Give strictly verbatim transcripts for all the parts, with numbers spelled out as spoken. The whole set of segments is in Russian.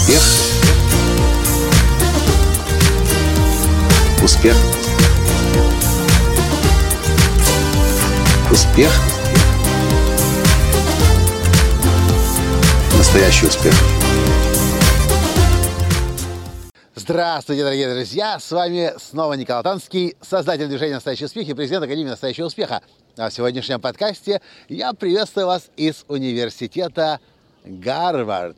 Успех. Успех. Успех. Настоящий успех. Здравствуйте, дорогие друзья! С вами снова Николай Танский, создатель движения «Настоящий успех» и президент Академии «Настоящего успеха». А в сегодняшнем подкасте я приветствую вас из университета Гарвард.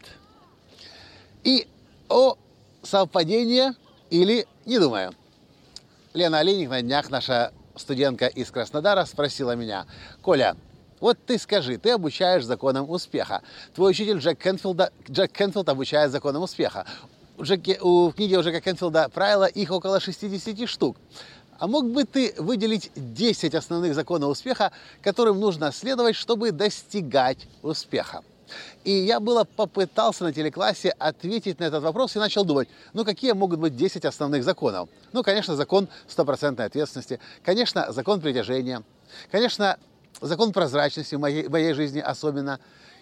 И о совпадении или не думаю. Лена Олейник на днях, наша студентка из Краснодара, спросила меня: «Коля, вот ты скажи, ты обучаешь законам успеха. Твой учитель Джек Кенфилд, Джек Кенфилд обучает законам успеха. У, Джеки, у книги у Джека Кенфилда правила, их около шестидесяти штук. А мог бы ты выделить десять основных законов успеха, которым нужно следовать, чтобы достигать успеха?» И я было попытался на телеклассе ответить на этот вопрос и начал думать, ну какие могут быть десять основных законов? Ну, конечно, закон стопроцентной ответственности, конечно, закон притяжения, конечно, закон прозрачности в моей, в моей жизни особенно.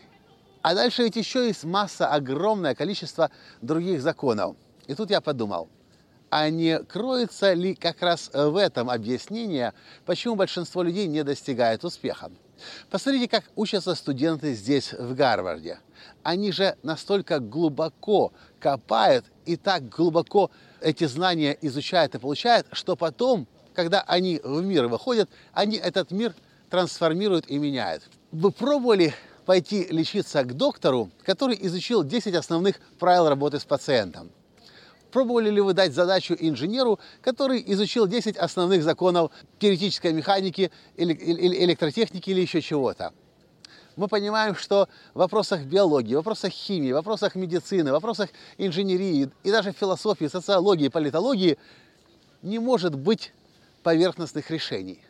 А дальше ведь еще есть масса, огромное количество других законов. И тут я подумал, а не кроется ли как раз в этом объяснение, почему большинство людей не достигает успеха? Посмотрите, как учатся студенты здесь, в Гарварде. Они же настолько глубоко копают и так глубоко эти знания изучают и получают, что потом, когда они в мир выходят, они этот мир трансформируют и меняют. Вы пробовали пойти лечиться к доктору, который изучил десять основных правил работы с пациентом? Пробовали ли вы дать задачу инженеру, который изучил десять основных законов теоретической механики, электротехники или еще чего-то? Мы понимаем, что в вопросах биологии, в вопросах химии, в вопросах медицины, в вопросах инженерии и даже философии, социологии, политологии не может быть поверхностных решений.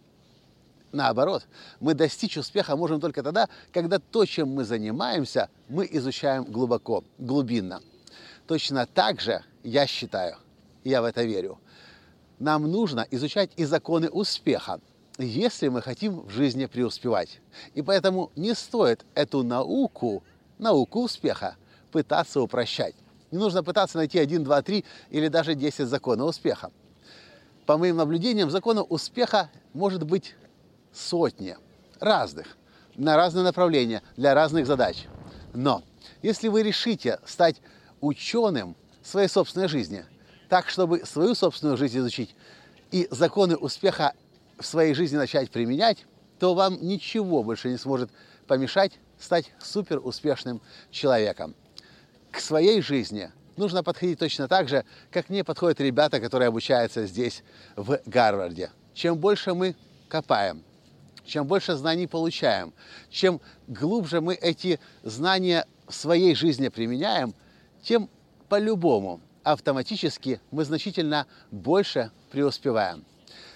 Наоборот, мы достичь успеха можем только тогда, когда то, чем мы занимаемся, мы изучаем глубоко, глубинно. Точно так же, я считаю, я в это верю, нам нужно изучать и законы успеха, если мы хотим в жизни преуспевать. И поэтому не стоит эту науку, науку успеха, пытаться упрощать. Не нужно пытаться найти один, два, три или даже десять законов успеха. По моим наблюдениям, законов успеха может быть сотни разных, на разные направления, для разных задач. Но если вы решите стать ученым своей собственной жизни, так, чтобы свою собственную жизнь изучить и законы успеха в своей жизни начать применять, то вам ничего больше не сможет помешать стать суперуспешным человеком. К своей жизни нужно подходить точно так же, как мне подходят ребята, которые обучаются здесь, в Гарварде. Чем больше мы копаем, чем больше знаний получаем, чем глубже мы эти знания в своей жизни применяем, тем по-любому автоматически мы значительно больше преуспеваем.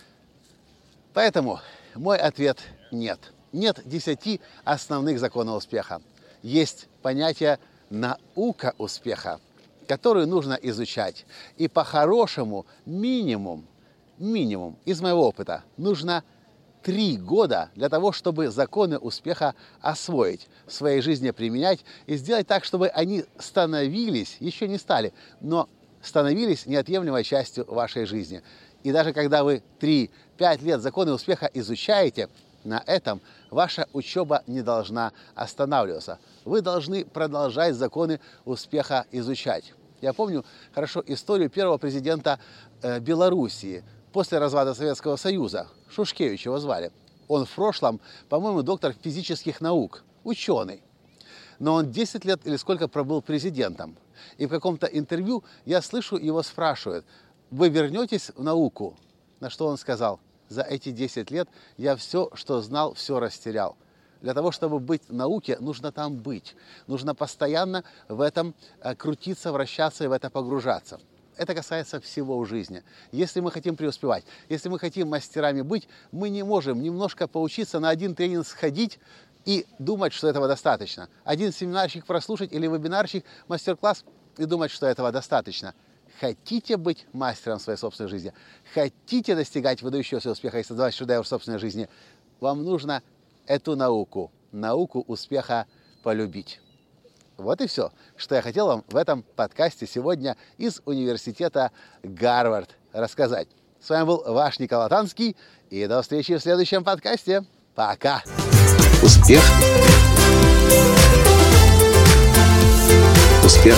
Поэтому мой ответ – нет. Нет десяти основных законов успеха. Есть понятие «наука успеха», которую нужно изучать. И по-хорошему минимум, минимум из моего опыта нужно три года для того, чтобы законы успеха освоить, в своей жизни применять и сделать так, чтобы они становились, еще не стали, но становились неотъемлемой частью вашей жизни. И даже когда вы три-пять лет законы успеха изучаете, на этом ваша учеба не должна останавливаться. Вы должны продолжать законы успеха изучать. Я помню хорошо историю первого президента э, Белоруссии после развала Советского Союза. Шушкевич его звали. Он в прошлом, по-моему, доктор физических наук, ученый. Но он десять лет или сколько пробыл президентом. И в каком-то интервью я слышу, его спрашивают: вы вернетесь в науку? На что он сказал: за эти десять лет я все, что знал, все растерял. Для того, чтобы быть в науке, нужно там быть. Нужно постоянно в этом крутиться, вращаться и в это погружаться. Это касается всего в жизни. Если мы хотим преуспевать, если мы хотим мастерами быть, мы не можем немножко поучиться, на один тренинг сходить и думать, что этого достаточно. Один семинарчик прослушать или вебинарчик, мастер-класс и думать, что этого достаточно. Хотите быть мастером своей собственной жизни, хотите достигать выдающегося успеха и создавать шедевр в собственной жизни, вам нужно эту науку, науку успеха полюбить. Вот и все, что я хотел вам в этом подкасте сегодня из университета Гарвард рассказать. С вами был ваш Николай Танский, и до встречи в следующем подкасте. Пока! Успех! Успех!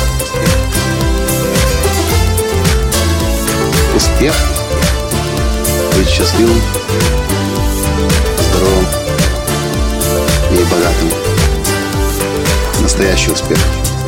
Успех! Быть счастливым, здоровым и богатым. Настоящий успех!